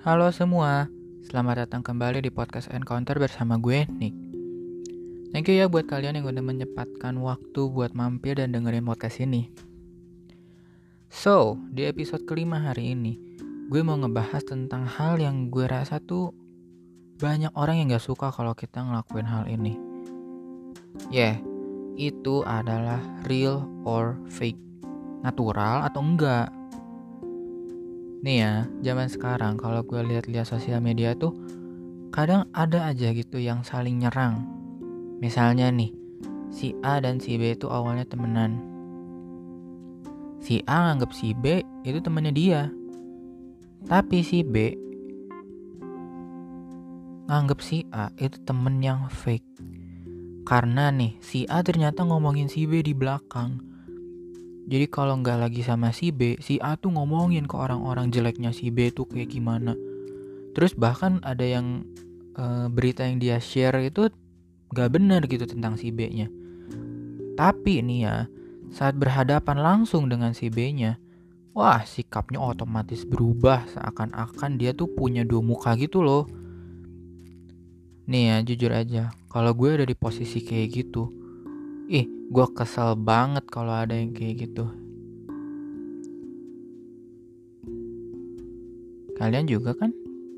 Halo semua, selamat datang kembali di podcast Encounter bersama gue, Nick. Thank you ya buat kalian yang udah menyempatkan waktu buat mampir dan dengerin podcast ini. So, di episode kelima hari ini, gue mau ngebahas tentang hal yang gue rasa tuh banyak orang yang gak suka kalau kita ngelakuin hal ini. Itu adalah real or fake, natural atau enggak. Nih ya, zaman sekarang kalau gue lihat-lihat sosial media tuh kadang ada aja gitu yang saling nyerang. Misalnya nih, si A dan si B itu awalnya temenan. Si A nganggep si B itu temennya dia. Tapi si B nganggep si A itu temen yang fake. Karena nih, si A ternyata ngomongin si B di belakang. Jadi kalau nggak lagi sama si B, si A tuh ngomongin ke orang-orang jeleknya si B tuh kayak gimana. Terus bahkan ada yang berita yang dia share itu gak benar gitu tentang si B-nya. Tapi nih ya, saat berhadapan langsung dengan si B-nya, wah sikapnya otomatis berubah seakan-akan dia tuh punya dua muka gitu loh. Nih ya, jujur aja, kalau gue ada di posisi kayak gitu, gue kesel banget kalau ada yang kayak gitu. Kalian juga kan?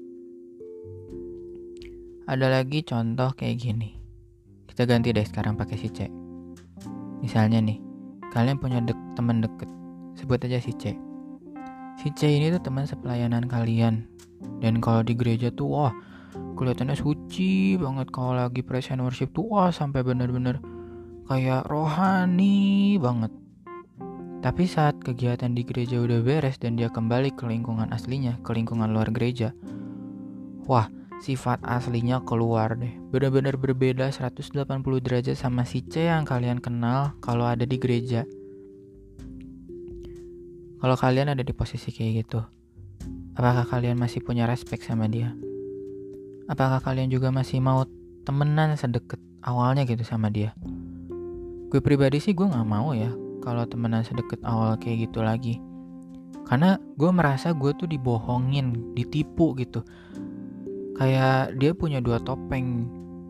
Ada lagi contoh kayak gini. Kita ganti deh sekarang pakai si C. Misalnya nih, kalian punya teman deket, sebut aja si C. Si C ini tuh teman sepelayanan kalian. Dan kalau di gereja tuh wah, kelihatannya suci banget. Kalau lagi praise and worship tuh wah, sampai bener-bener kayak rohani banget. Tapi saat kegiatan di gereja udah beres dan dia kembali ke lingkungan aslinya, ke lingkungan luar gereja, wah, sifat aslinya keluar deh. Benar-benar berbeda 180 derajat sama si C yang kalian kenal kalau ada di gereja. Kalau kalian ada di posisi kayak gitu, apakah kalian masih punya respect sama dia? Apakah kalian juga masih mau temenan sedekat awalnya gitu sama dia? Gue pribadi sih gue gak mau ya kalau temenan sedekat awal kayak gitu lagi. Karena gue merasa gue tuh dibohongin, ditipu gitu. Kayak dia punya dua topeng.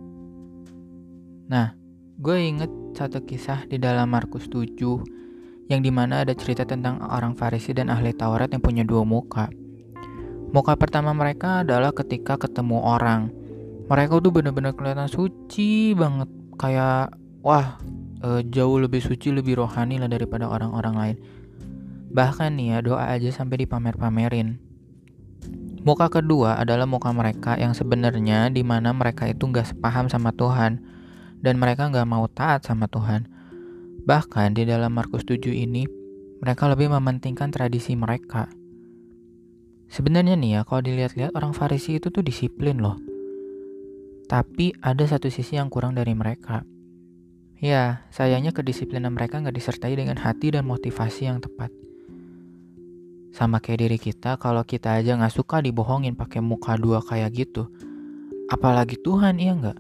Nah, gue inget satu kisah di dalam Markus 7 yang dimana ada cerita tentang orang Farisi dan ahli Taurat yang punya dua muka. Muka pertama mereka adalah ketika ketemu orang. Mereka tuh benar-benar kelihatan suci banget. Kayak, wah, jauh lebih suci, lebih rohani lah daripada orang-orang lain. Bahkan nih ya, doa aja sampai dipamer-pamerin. Muka kedua adalah muka mereka yang sebenarnya dimana mereka itu gak sepaham sama Tuhan. Dan mereka gak mau taat sama Tuhan. Bahkan di dalam Markus 7 ini, mereka lebih mementingkan tradisi mereka. Sebenarnya nih ya, kalau dilihat-lihat orang Farisi itu tuh disiplin loh. Tapi ada satu sisi yang kurang dari mereka. Ya, sayangnya kedisiplinan mereka gak disertai dengan hati dan motivasi yang tepat. Sama kayak diri kita, kalau kita aja gak suka dibohongin pakai muka dua kayak gitu, apalagi Tuhan, iya gak?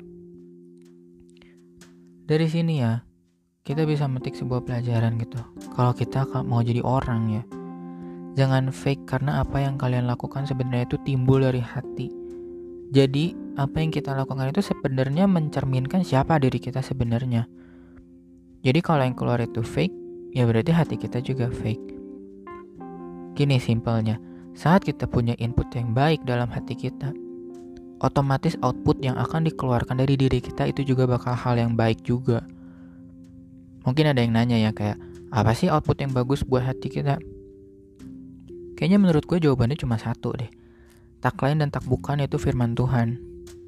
Dari sini ya, kita bisa metik sebuah pelajaran gitu. Kalau kita mau jadi orang ya, jangan fake karena apa yang kalian lakukan sebenarnya itu timbul dari hati. Jadi, apa yang kita lakukan itu sebenarnya mencerminkan siapa diri kita sebenarnya. Jadi kalau yang keluar itu fake, ya berarti hati kita juga fake. Gini simpelnya, saat kita punya input yang baik dalam hati kita, otomatis output yang akan dikeluarkan dari diri kita itu juga bakal hal yang baik juga. Mungkin ada yang nanya ya kayak, apa sih output yang bagus buat hati kita? Kayaknya menurut gue jawabannya cuma satu deh. Tak lain dan tak bukan itu firman Tuhan.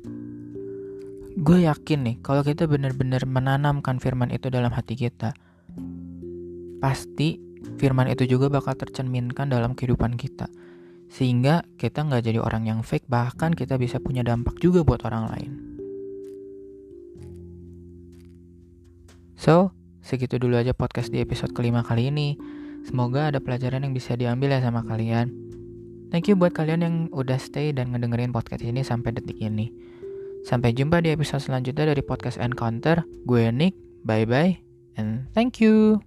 Gue yakin nih, kalau kita benar-benar menanamkan firman itu dalam hati kita, pasti firman itu juga bakal tercerminkan dalam kehidupan kita. Sehingga kita gak jadi orang yang fake, bahkan kita bisa punya dampak juga buat orang lain. So, segitu dulu aja podcast di episode kelima kali ini. Semoga ada pelajaran yang bisa diambil ya sama kalian. Thank you buat kalian yang udah stay dan ngedengerin podcast ini sampai detik ini. Sampai jumpa di episode selanjutnya dari podcast Encounter. Gue Nick, bye-bye, and thank you.